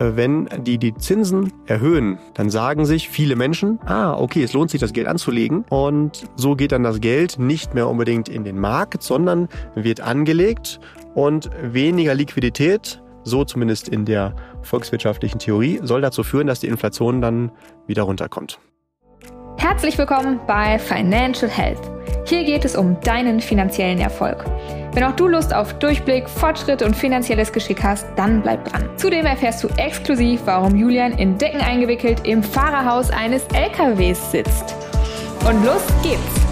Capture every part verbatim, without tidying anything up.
Wenn die die Zinsen erhöhen, dann sagen sich viele Menschen, ah, okay, es lohnt sich, das Geld anzulegen. Und so geht dann das Geld nicht mehr unbedingt in den Markt, sondern wird angelegt und weniger Liquidität, so zumindest in der volkswirtschaftlichen Theorie, soll dazu führen, dass die Inflation dann wieder runterkommt. Herzlich willkommen bei Financial Health. Hier geht es um deinen finanziellen Erfolg. Wenn auch du Lust auf Durchblick, Fortschritt und finanzielles Geschick hast, dann bleib dran. Zudem erfährst du exklusiv, warum Julian in Decken eingewickelt im Fahrerhaus eines L K Ws sitzt. Und los geht's!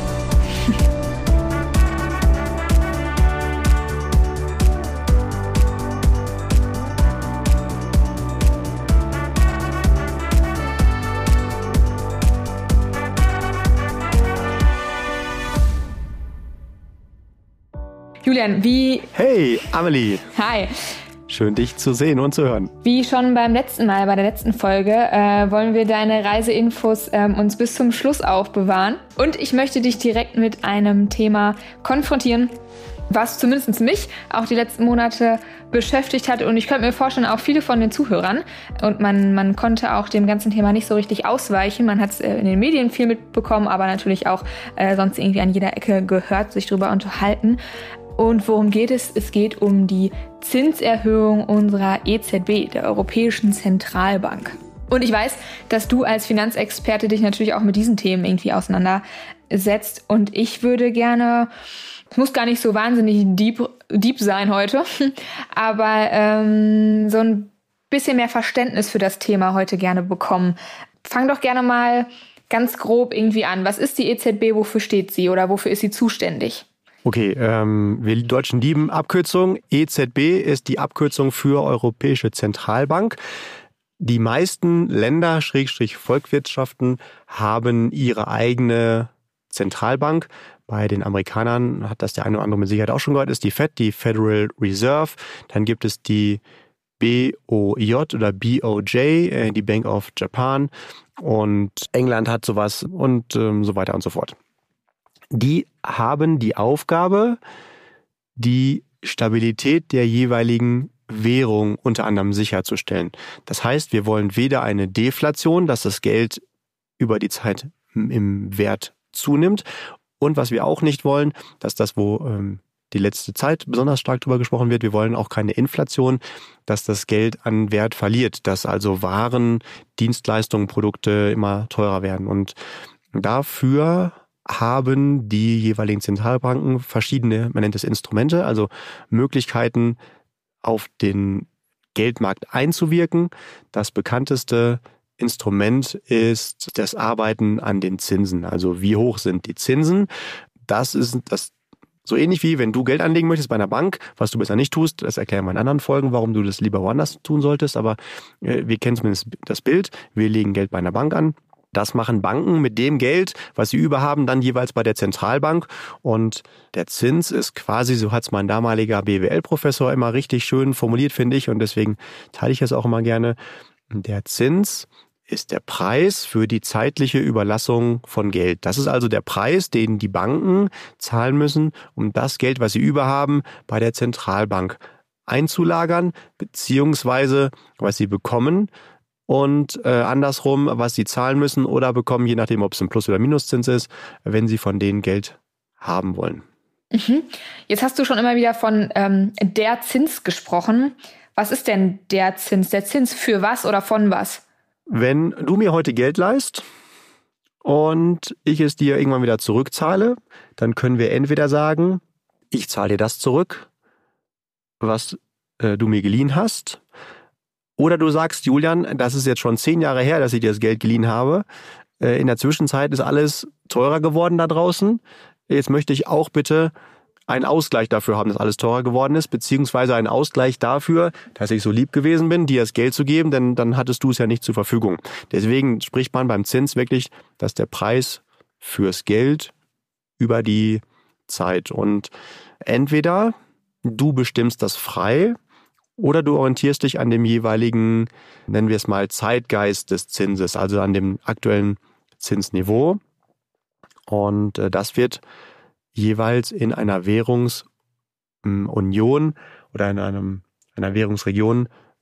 Julian, wie... Hey, Amelie. Hi. Schön, dich zu sehen und zu hören. Wie schon beim letzten Mal, bei der letzten Folge, äh, wollen wir deine Reiseinfos ähm, uns bis zum Schluss aufbewahren. Und ich möchte dich direkt mit einem Thema konfrontieren, was zumindest mich auch die letzten Monate beschäftigt hat. Und ich könnte mir vorstellen, auch viele von den Zuhörern. Und man, man konnte auch dem ganzen Thema nicht so richtig ausweichen. Man hat es äh, in den Medien viel mitbekommen, aber natürlich auch äh, sonst irgendwie an jeder Ecke gehört, sich darüber unterhalten. Und worum geht es? Es geht um die Zinserhöhung unserer E Z B, der Europäischen Zentralbank. Und ich weiß, dass du als Finanzexperte dich natürlich auch mit diesen Themen irgendwie auseinandersetzt. Und ich würde gerne, es muss gar nicht so wahnsinnig deep, deep sein heute, aber ähm, so ein bisschen mehr Verständnis für das Thema heute gerne bekommen. Fang doch gerne mal ganz grob irgendwie an. Was ist die E Z B, wofür steht sie oder wofür ist sie zuständig? Okay, ähm, wir Deutschen lieben Abkürzung. E Z B ist die Abkürzung für Europäische Zentralbank. Die meisten Länder, Schrägstrich Volkswirtschaften, haben ihre eigene Zentralbank. Bei den Amerikanern hat das der eine oder andere mit Sicherheit auch schon gehört, ist die Fed, die Federal Reserve. Dann gibt es die B O J oder B O J, die Bank of Japan. Und England hat sowas und ähm, so weiter und so fort. Die haben die Aufgabe, die Stabilität der jeweiligen Währung unter anderem sicherzustellen. Das heißt, wir wollen weder eine Deflation, dass das Geld über die Zeit im Wert zunimmt, und was wir auch nicht wollen, dass das, wo ähm, die letzte Zeit besonders stark drüber gesprochen wird, wir wollen auch keine Inflation, dass das Geld an Wert verliert, dass also Waren, Dienstleistungen, Produkte immer teurer werden. Und dafür haben die jeweiligen Zentralbanken verschiedene, man nennt es Instrumente, also Möglichkeiten, auf den Geldmarkt einzuwirken. Das bekannteste Instrument ist das Arbeiten an den Zinsen. Also wie hoch sind die Zinsen? Das ist das so ähnlich wie, wenn du Geld anlegen möchtest bei einer Bank, was du besser nicht tust. Das erklären wir in anderen Folgen, warum du das lieber woanders tun solltest. Aber äh, wir kennen zumindest das Bild. Wir legen Geld bei einer Bank an. Das machen Banken mit dem Geld, was sie überhaben, dann jeweils bei der Zentralbank. Und der Zins ist quasi, so hat es mein damaliger B W L-Professor immer richtig schön formuliert, finde ich. Und deswegen teile ich es auch immer gerne. Der Zins ist der Preis für die zeitliche Überlassung von Geld. Das ist also der Preis, den die Banken zahlen müssen, um das Geld, was sie überhaben, bei der Zentralbank einzulagern, beziehungsweise was sie bekommen. Und äh, andersrum, was sie zahlen müssen oder bekommen, je nachdem, ob es ein Plus- oder Minuszins ist, wenn sie von denen Geld haben wollen. Mhm. Jetzt hast du schon immer wieder von ähm, der Zins gesprochen. Was ist denn der Zins? Der Zins für was oder von was? Wenn du mir heute Geld leihst und ich es dir irgendwann wieder zurückzahle, dann können wir entweder sagen, ich zahle dir das zurück, was äh, du mir geliehen hast. Oder du sagst, Julian, das ist jetzt schon zehn Jahre her, dass ich dir das Geld geliehen habe. In der Zwischenzeit ist alles teurer geworden da draußen. Jetzt möchte ich auch bitte einen Ausgleich dafür haben, dass alles teurer geworden ist, beziehungsweise einen Ausgleich dafür, dass ich so lieb gewesen bin, dir das Geld zu geben, denn dann hattest du es ja nicht zur Verfügung. Deswegen spricht man beim Zins wirklich, dass der Preis fürs Geld über die Zeit. Und entweder du bestimmst das frei, oder du orientierst dich an dem jeweiligen, nennen wir es mal, Zeitgeist des Zinses, also an dem aktuellen Zinsniveau. Und das wird jeweils in einer Währungsunion oder in einem, einer Währungsregion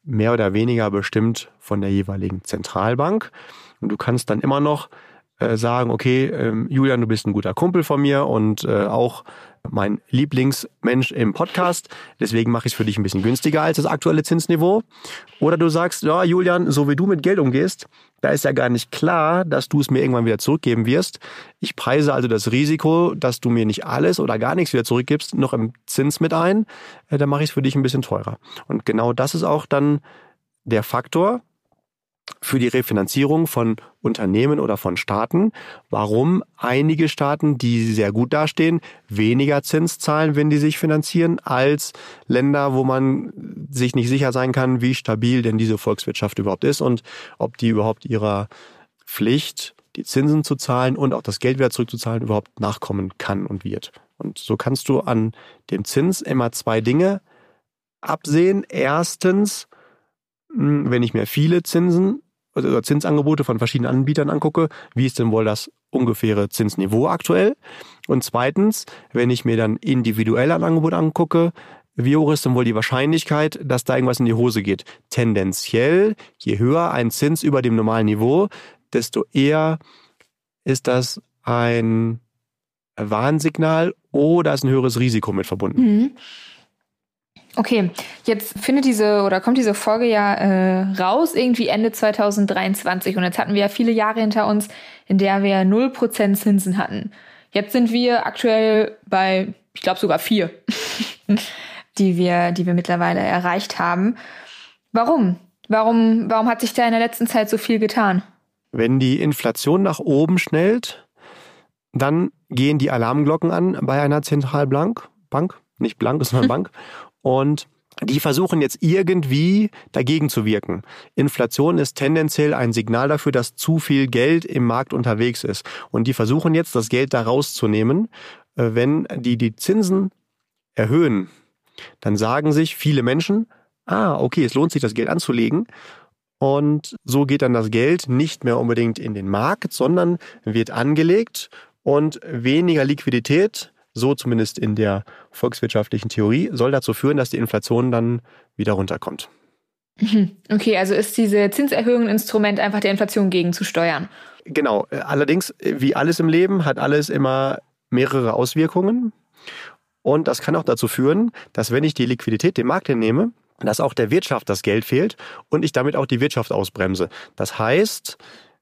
mehr oder weniger bestimmt von der jeweiligen Zentralbank. Und du kannst dann immer noch äh, sagen, okay, ähm, Julian, du bist ein guter Kumpel von mir und äh, auch mein Lieblingsmensch im Podcast. Deswegen mache ich es für dich ein bisschen günstiger als das aktuelle Zinsniveau. Oder du sagst, ja, Julian, so wie du mit Geld umgehst, da ist ja gar nicht klar, dass du es mir irgendwann wieder zurückgeben wirst. Ich preise also das Risiko, dass du mir nicht alles oder gar nichts wieder zurückgibst, noch im Zins mit ein. Äh, dann mache ich es für dich ein bisschen teurer. Und genau das ist auch dann der Faktor für die Refinanzierung von Unternehmen oder von Staaten, warum einige Staaten, die sehr gut dastehen, weniger Zins zahlen, wenn die sich finanzieren, als Länder, wo man sich nicht sicher sein kann, wie stabil denn diese Volkswirtschaft überhaupt ist und ob die überhaupt ihrer Pflicht, die Zinsen zu zahlen und auch das Geld wieder zurückzuzahlen, überhaupt nachkommen kann und wird. Und so kannst du an dem Zins immer zwei Dinge absehen. Erstens, wenn ich mir viele Zinsen oder Zinsangebote von verschiedenen Anbietern angucke, wie ist denn wohl das ungefähre Zinsniveau aktuell? Und zweitens, wenn ich mir dann individuell ein Angebot angucke, wie hoch ist denn wohl die Wahrscheinlichkeit, dass da irgendwas in die Hose geht? Tendenziell, je höher ein Zins über dem normalen Niveau, desto eher ist das ein Warnsignal oder ist ein höheres Risiko mit verbunden. Mhm. Okay, jetzt findet diese oder kommt diese Folge ja äh, raus irgendwie Ende zwanzig dreiundzwanzig und jetzt hatten wir ja viele Jahre hinter uns, in der wir null Prozent Zinsen hatten. Jetzt sind wir aktuell bei, ich glaube sogar vier, die wir, die wir mittlerweile erreicht haben. Warum? Warum, warum hat sich da in der letzten Zeit so viel getan? Wenn die Inflation nach oben schnellt, dann gehen die Alarmglocken an bei einer Zentralbank, Bank, nicht Blank, sondern Bank. Und die versuchen jetzt irgendwie dagegen zu wirken. Inflation ist tendenziell ein Signal dafür, dass zu viel Geld im Markt unterwegs ist. Und die versuchen jetzt, das Geld da rauszunehmen. Wenn die die Zinsen erhöhen, dann sagen sich viele Menschen, ah, okay, es lohnt sich, das Geld anzulegen. Und so geht dann das Geld nicht mehr unbedingt in den Markt, sondern wird angelegt und weniger Liquidität, so zumindest in der volkswirtschaftlichen Theorie, soll dazu führen, dass die Inflation dann wieder runterkommt. Okay, also ist diese Zinserhöhung ein Instrument, einfach der Inflation gegenzusteuern? Genau. Allerdings, wie alles im Leben, hat alles immer mehrere Auswirkungen. Und das kann auch dazu führen, dass wenn ich die Liquidität dem Markt entnehme, dass auch der Wirtschaft das Geld fehlt und ich damit auch die Wirtschaft ausbremse. Das heißt,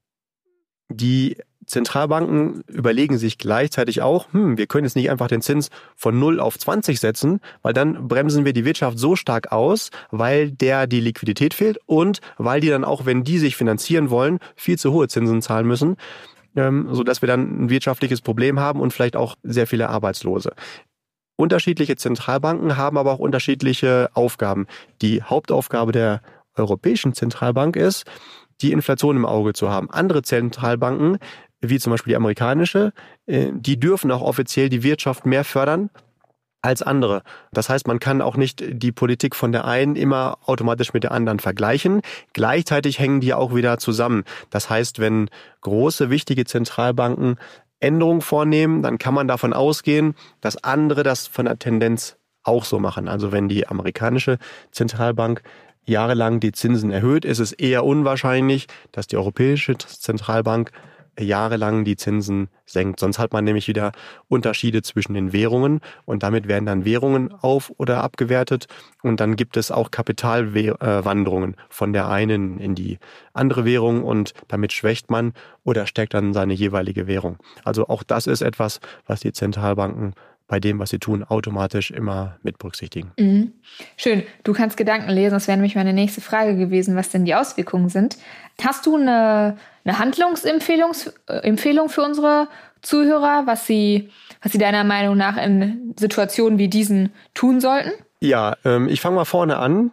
die Zentralbanken überlegen sich gleichzeitig auch, hm, wir können jetzt nicht einfach den Zins von null auf zwanzig setzen, weil dann bremsen wir die Wirtschaft so stark aus, weil der die Liquidität fehlt und weil die dann auch, wenn die sich finanzieren wollen, viel zu hohe Zinsen zahlen müssen, ähm, sodass wir dann ein wirtschaftliches Problem haben und vielleicht auch sehr viele Arbeitslose. Unterschiedliche Zentralbanken haben aber auch unterschiedliche Aufgaben. Die Hauptaufgabe der Europäischen Zentralbank ist, die Inflation im Auge zu haben. Andere Zentralbanken, wie zum Beispiel die amerikanische, die dürfen auch offiziell die Wirtschaft mehr fördern als andere. Das heißt, man kann auch nicht die Politik von der einen immer automatisch mit der anderen vergleichen. Gleichzeitig hängen die auch wieder zusammen. Das heißt, wenn große, wichtige Zentralbanken Änderungen vornehmen, dann kann man davon ausgehen, dass andere das von der Tendenz auch so machen. Also wenn die amerikanische Zentralbank jahrelang die Zinsen erhöht, ist es eher unwahrscheinlich, dass die Europäische Zentralbank jahrelang die Zinsen senkt. Sonst hat man nämlich wieder Unterschiede zwischen den Währungen und damit werden dann Währungen auf- oder abgewertet und dann gibt es auch Kapitalwanderungen von der einen in die andere Währung und damit schwächt man oder stärkt dann seine jeweilige Währung. Also auch das ist etwas, was die Zentralbanken bei dem, was sie tun, automatisch immer mit berücksichtigen. Mhm. Schön. Du kannst Gedanken lesen. Das wäre nämlich meine nächste Frage gewesen, was denn die Auswirkungen sind. Hast du eine, eine Handlungsempfehlung äh, Empfehlung für unsere Zuhörer, was sie, was sie deiner Meinung nach in Situationen wie diesen tun sollten? Ja, ähm, ich fange mal vorne an.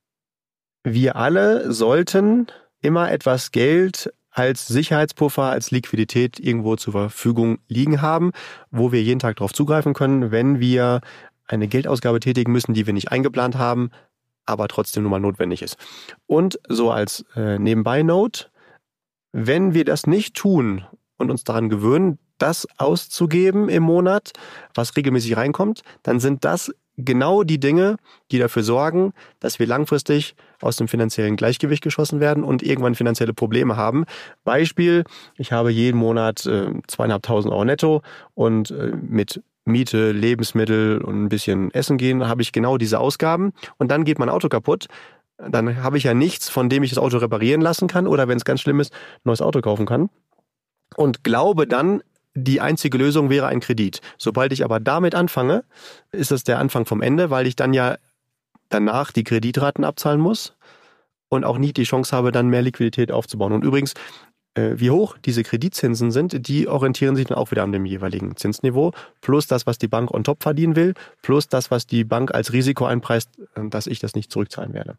Wir alle sollten immer etwas Geld als Sicherheitspuffer, als Liquidität irgendwo zur Verfügung liegen haben, wo wir jeden Tag darauf zugreifen können, wenn wir eine Geldausgabe tätigen müssen, die wir nicht eingeplant haben, aber trotzdem nun mal notwendig ist. Und so als äh, Nebenbei-Note, wenn wir das nicht tun und uns daran gewöhnen, das auszugeben im Monat, was regelmäßig reinkommt, dann sind das genau die Dinge, die dafür sorgen, dass wir langfristig aus dem finanziellen Gleichgewicht geschossen werden und irgendwann finanzielle Probleme haben. Beispiel, ich habe jeden Monat äh, zweieinhalbtausend Euro netto und äh, mit Miete, Lebensmittel und ein bisschen Essen gehen, habe ich genau diese Ausgaben und dann geht mein Auto kaputt. Dann habe ich ja nichts, von dem ich das Auto reparieren lassen kann oder wenn es ganz schlimm ist, ein neues Auto kaufen kann. Und glaube dann, die einzige Lösung wäre ein Kredit. Sobald ich aber damit anfange, ist das der Anfang vom Ende, weil ich dann ja danach die Kreditraten abzahlen muss und auch nie die Chance habe, dann mehr Liquidität aufzubauen. Und übrigens, wie hoch diese Kreditzinsen sind, die orientieren sich dann auch wieder an dem jeweiligen Zinsniveau, plus das, was die Bank on top verdienen will, plus das, was die Bank als Risiko einpreist, dass ich das nicht zurückzahlen werde.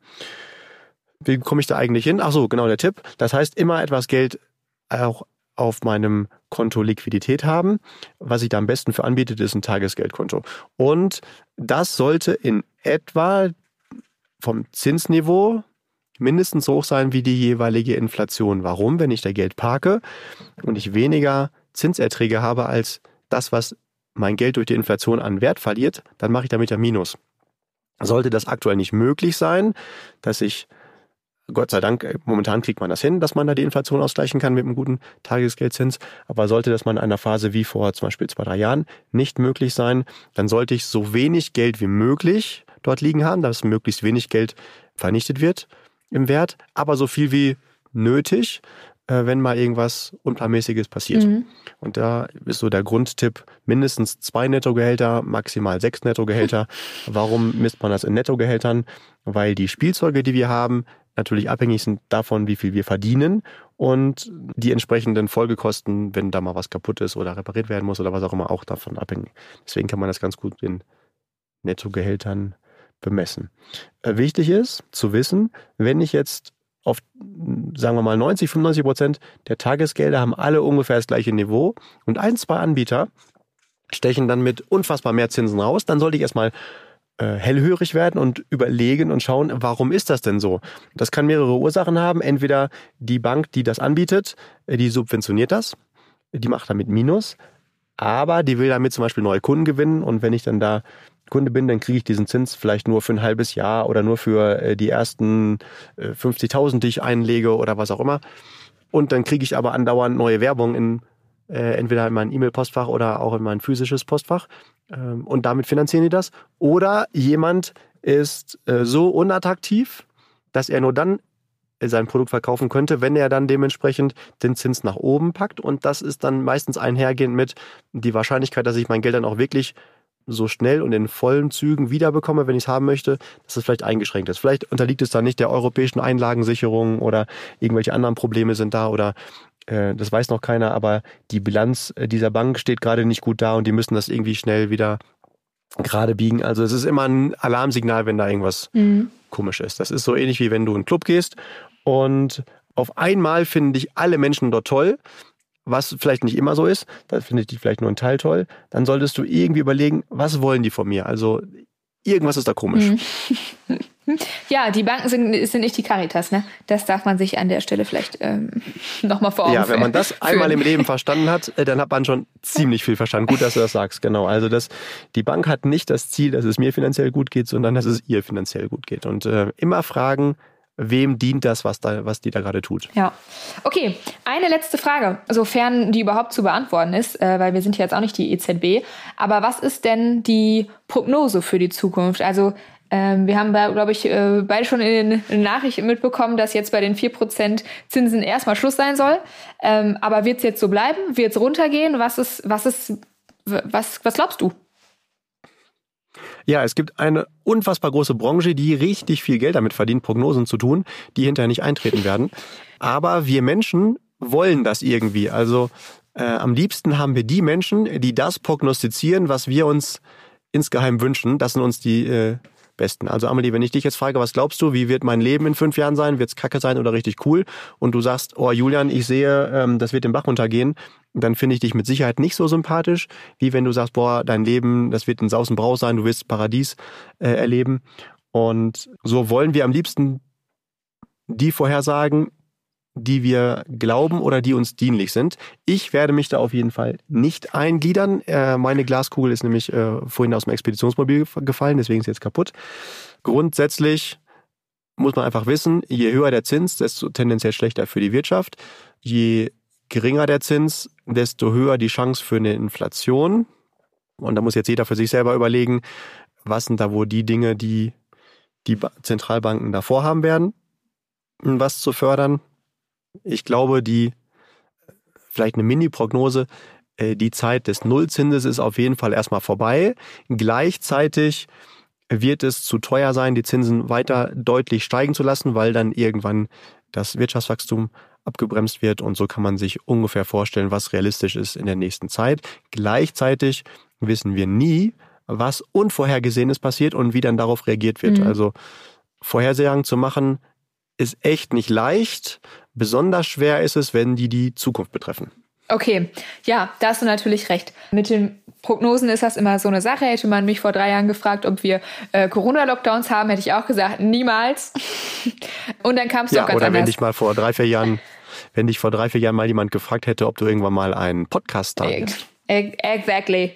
Wie komme ich da eigentlich hin? Ach so, genau der Tipp. Das heißt, immer etwas Geld auch auf meinem Konto Liquidität haben. Was sich da am besten für anbietet, ist ein Tagesgeldkonto. Und das sollte in etwa vom Zinsniveau mindestens so hoch sein wie die jeweilige Inflation. Warum? Wenn ich da Geld parke und ich weniger Zinserträge habe als das, was mein Geld durch die Inflation an Wert verliert, dann mache ich damit ja Minus. Sollte das aktuell nicht möglich sein, dass ich, Gott sei Dank, momentan kriegt man das hin, dass man da die Inflation ausgleichen kann mit einem guten Tagesgeldzins, aber sollte das mal in einer Phase wie vor zum Beispiel zwei, drei Jahren nicht möglich sein, dann sollte ich so wenig Geld wie möglich dort liegen haben, dass möglichst wenig Geld vernichtet wird im Wert, aber so viel wie nötig, äh, wenn mal irgendwas Unplanmäßiges passiert. Mhm. Und da ist so der Grundtipp, mindestens zwei Nettogehälter, maximal sechs Nettogehälter. Warum misst man das in Nettogehältern? Weil die Spielzeuge, die wir haben, natürlich abhängig sind davon, wie viel wir verdienen und die entsprechenden Folgekosten, wenn da mal was kaputt ist oder repariert werden muss oder was auch immer, auch davon abhängen. Deswegen kann man das ganz gut in Nettogehältern bemessen. Wichtig ist zu wissen, wenn ich jetzt auf, sagen wir mal, neunzig, fünfundneunzig Prozent der Tagesgelder haben alle ungefähr das gleiche Niveau und ein, zwei Anbieter stechen dann mit unfassbar mehr Zinsen raus, dann sollte ich erstmal äh, hellhörig werden und überlegen und schauen, warum ist das denn so? Das kann mehrere Ursachen haben. Entweder die Bank, die das anbietet, die subventioniert das, die macht damit Minus, aber die will damit zum Beispiel neue Kunden gewinnen und wenn ich dann da Kunde bin, dann kriege ich diesen Zins vielleicht nur für ein halbes Jahr oder nur für äh, die ersten äh, fünfzigtausend, die ich einlege oder was auch immer. Und dann kriege ich aber andauernd neue Werbung in äh, entweder in mein E-Mail-Postfach oder auch in mein physisches Postfach. Ähm, und damit finanzieren die das. Oder jemand ist äh, so unattraktiv, dass er nur dann sein Produkt verkaufen könnte, wenn er dann dementsprechend den Zins nach oben packt. Und das ist dann meistens einhergehend mit die Wahrscheinlichkeit, dass ich mein Geld dann auch wirklich so schnell und in vollen Zügen wiederbekomme, wenn ich es haben möchte, dass es vielleicht eingeschränkt ist. Vielleicht unterliegt es dann nicht der europäischen Einlagensicherung oder irgendwelche anderen Probleme sind da oder äh, das weiß noch keiner, aber die Bilanz dieser Bank steht gerade nicht gut da und die müssen das irgendwie schnell wieder gerade biegen. Also es ist immer ein Alarmsignal, wenn da irgendwas mhm. komisch ist. Das ist so ähnlich wie wenn du in einen Club gehst und auf einmal finden dich alle Menschen dort toll, was vielleicht nicht immer so ist, da findet die vielleicht nur ein Teil toll, dann solltest du irgendwie überlegen, was wollen die von mir? Also irgendwas ist da komisch. Mhm. Ja, die Banken sind, sind nicht die Caritas, ne? Das darf man sich an der Stelle vielleicht ähm, nochmal vor Augen Ja, wenn man das führen. einmal im Leben verstanden hat, dann hat man schon ziemlich viel verstanden. Gut, dass du das sagst, genau. Also das, die Bank hat nicht das Ziel, dass es mir finanziell gut geht, sondern dass es ihr finanziell gut geht. Und äh, immer fragen, wem dient das, was da, was die da gerade tut? Ja. Okay, eine letzte Frage, sofern die überhaupt zu beantworten ist, äh, weil wir sind ja jetzt auch nicht die E Z B. Aber was ist denn die Prognose für die Zukunft? Also ähm, wir haben, glaube ich, äh, beide schon in den Nachrichten mitbekommen, dass jetzt bei den vier Prozent Zinsen erstmal Schluss sein soll. Ähm, aber wird es jetzt so bleiben? Wird es runtergehen? Was ist, was ist, was, was glaubst du? Ja, es gibt eine unfassbar große Branche, die richtig viel Geld damit verdient, Prognosen zu tun, die hinterher nicht eintreten werden. Aber wir Menschen wollen das irgendwie. Also äh, am liebsten haben wir die Menschen, die das prognostizieren, was wir uns insgeheim wünschen. Das sind uns die äh, Besten. Also Amelie, wenn ich dich jetzt frage, was glaubst du, wie wird mein Leben in fünf Jahren sein? Wird es kacke sein oder richtig cool? Und du sagst, oh Julian, ich sehe, ähm, das wird den Bach runtergehen. Dann finde ich dich mit Sicherheit nicht so sympathisch, wie wenn du sagst, boah, dein Leben, das wird ein Saus und Braus sein, du wirst Paradies äh, erleben. Und so wollen wir am liebsten die Vorhersagen, die wir glauben oder die uns dienlich sind. Ich werde mich da auf jeden Fall nicht eingliedern. Äh, meine Glaskugel ist nämlich äh, vorhin aus dem Expeditionsmobil gefallen, deswegen ist sie jetzt kaputt. Grundsätzlich muss man einfach wissen, je höher der Zins, desto tendenziell schlechter für die Wirtschaft. Je geringer der Zins, desto höher die Chance für eine Inflation. Und da muss jetzt jeder für sich selber überlegen, was sind da wohl die Dinge, die die Zentralbanken da vorhaben werden, was zu fördern. Ich glaube, die, vielleicht eine Mini-Prognose, die Zeit des Nullzinses ist auf jeden Fall erstmal vorbei. Gleichzeitig wird es zu teuer sein, die Zinsen weiter deutlich steigen zu lassen, weil dann irgendwann das Wirtschaftswachstum abgebremst wird. Und so kann man sich ungefähr vorstellen, was realistisch ist in der nächsten Zeit. Gleichzeitig wissen wir nie, was Unvorhergesehenes passiert und wie dann darauf reagiert wird. Mhm. Also Vorhersagen zu machen, ist echt nicht leicht. Besonders schwer ist es, wenn die die Zukunft betreffen. Okay, ja, da hast du natürlich recht. Mit den Prognosen ist das immer so eine Sache. Hätte man mich vor drei Jahren gefragt, ob wir äh, Corona-Lockdowns haben, hätte ich auch gesagt, niemals. Und dann kam es ja, doch ganz oder anders. wenn dich mal vor drei, vier Jahren, wenn dich vor drei, vier Jahren mal jemand gefragt hätte, ob du irgendwann mal einen Podcast startest. Exactly.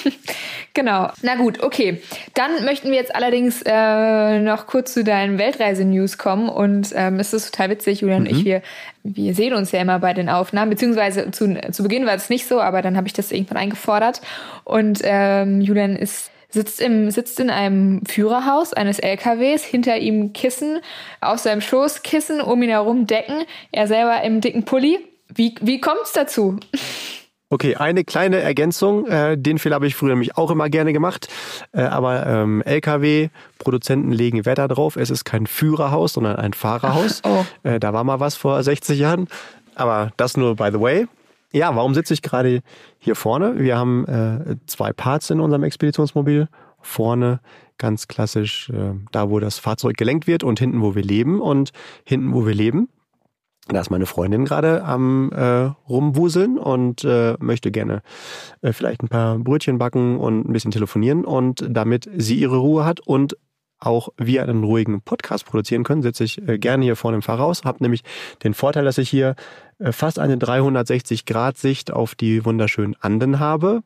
Genau. Na gut, okay. Dann möchten wir jetzt allerdings äh, noch kurz zu deinen Weltreise-News kommen. Und ähm, es ist total witzig, Julian mhm. und ich, wir, wir sehen uns ja immer bei den Aufnahmen. Beziehungsweise zu, zu Beginn war es nicht so, aber dann habe ich das irgendwann eingefordert. Und ähm, Julian ist sitzt im sitzt in einem Führerhaus eines L K Ws, hinter ihm Kissen, aus seinem Schoß Kissen, um ihn herum Decken, er selber im dicken Pulli. Wie, wie kommt's dazu? Okay, eine kleine Ergänzung. Äh, den Fehler habe ich früher nämlich auch immer gerne gemacht. Äh, aber ähm, L K W-Produzenten legen Wert darauf. Es ist kein Führerhaus, sondern ein Fahrerhaus. Ach, oh. äh, da war mal was vor sechzig Jahren. Aber das nur by the way. Ja, warum sitze ich gerade hier vorne? Wir haben äh, zwei Parts in unserem Expeditionsmobil. Vorne ganz klassisch äh, da, wo das Fahrzeug gelenkt wird und hinten, wo wir leben. Und hinten, wo wir leben, da ist meine Freundin gerade am äh, rumwuseln und äh, möchte gerne äh, vielleicht ein paar Brötchen backen und ein bisschen telefonieren. Und damit sie ihre Ruhe hat und auch wir einen ruhigen Podcast produzieren können, sitze ich äh, gerne hier vorne im Fahrhaus. Habe nämlich den Vorteil, dass ich hier äh, fast eine dreihundertsechzig Grad Sicht auf die wunderschönen Anden habe,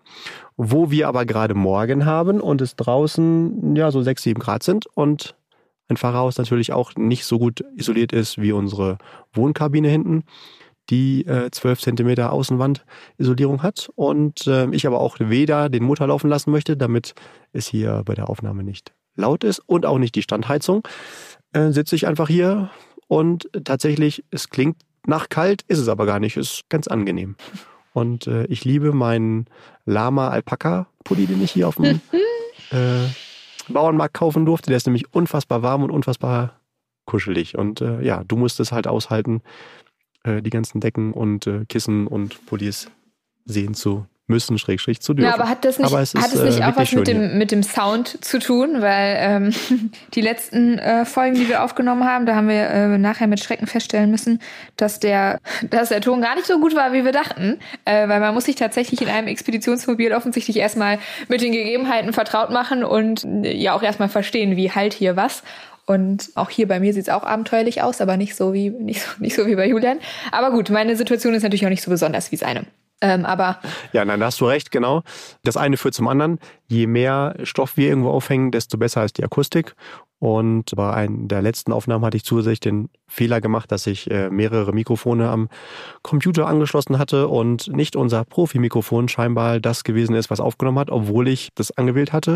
wo wir aber gerade Morgen haben und es draußen ja so sechs, sieben Grad sind und ein Fahrerhaus natürlich auch nicht so gut isoliert ist wie unsere Wohnkabine hinten, die äh, zwölf Zentimeter Außenwandisolierung hat und äh, ich aber auch weder den Motor laufen lassen möchte, damit es hier bei der Aufnahme nicht laut ist und auch nicht die Standheizung, äh, sitze ich einfach hier und tatsächlich, es klingt nach kalt, ist es aber gar nicht, ist ganz angenehm. Und äh, ich liebe meinen Lama-Alpaka-Pulli, den ich hier auf dem äh, Bauernmarkt kaufen durfte. Der ist nämlich unfassbar warm und unfassbar kuschelig. Und äh, ja, du musst es halt aushalten, äh, die ganzen Decken und äh, Kissen und Pullis sehen zu müssen, Schrägstrich zu dürfen. Ja, aber hat das nicht, es hat ist, es nicht äh, auch was mit dem, hier. mit dem Sound zu tun? Weil ähm, die letzten äh, Folgen, die wir aufgenommen haben, da haben wir äh, nachher mit Schrecken feststellen müssen, dass der, dass der Ton gar nicht so gut war, wie wir dachten. Äh, weil man muss sich tatsächlich in einem Expeditionsmobil offensichtlich erstmal mit den Gegebenheiten vertraut machen und äh, ja auch erstmal verstehen, wie halt hier was. Und auch hier bei mir sieht es auch abenteuerlich aus, aber nicht so wie nicht so, nicht so wie bei Julian. Aber gut, meine Situation ist natürlich auch nicht so besonders wie seine. Ähm, aber ja, nein, da hast du recht, genau. Das eine führt zum anderen. Je mehr Stoff wir irgendwo aufhängen, desto besser ist die Akustik. Und bei einer der letzten Aufnahmen hatte ich zusätzlich den Fehler gemacht, dass ich äh, mehrere Mikrofone am Computer angeschlossen hatte und nicht unser Profi-Mikrofon scheinbar das gewesen ist, was aufgenommen hat, obwohl ich das angewählt hatte.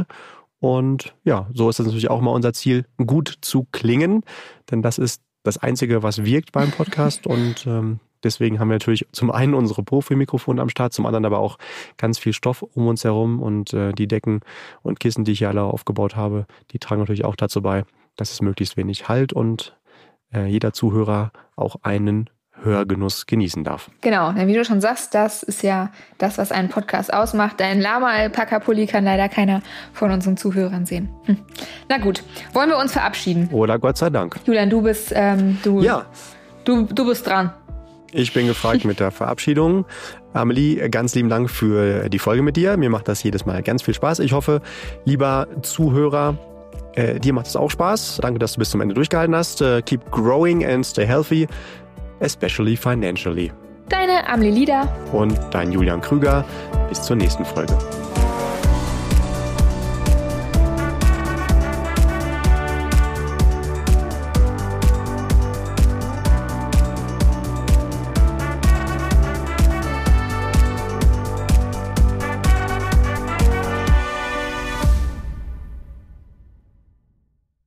Und ja, so ist es natürlich auch mal unser Ziel, gut zu klingen, denn das ist das Einzige, was wirkt beim Podcast und ähm, deswegen haben wir natürlich zum einen unsere Profi-Mikrofone am Start, zum anderen aber auch ganz viel Stoff um uns herum und äh, die Decken und Kissen, die ich hier alle aufgebaut habe, die tragen natürlich auch dazu bei, dass es möglichst wenig Halt und äh, jeder Zuhörer auch einen Hörgenuss genießen darf. Genau, wie du schon sagst, das ist ja das, was einen Podcast ausmacht. Dein Lama-Alpaka-Pulli kann leider keiner von unseren Zuhörern sehen. Hm. Na gut, wollen wir uns verabschieden? Oder Gott sei Dank. Julian, du bist, ähm, du, ja. du, du bist dran. Ich bin gefragt mit der Verabschiedung. Amelie, ganz lieben Dank für die Folge mit dir. Mir macht das jedes Mal ganz viel Spaß. Ich hoffe, lieber Zuhörer, äh, dir macht es auch Spaß. Danke, dass du bis zum Ende durchgehalten hast. Uh, keep growing and stay healthy, especially financially. Deine Amelie Lieder und dein Julian Krüger. Bis zur nächsten Folge.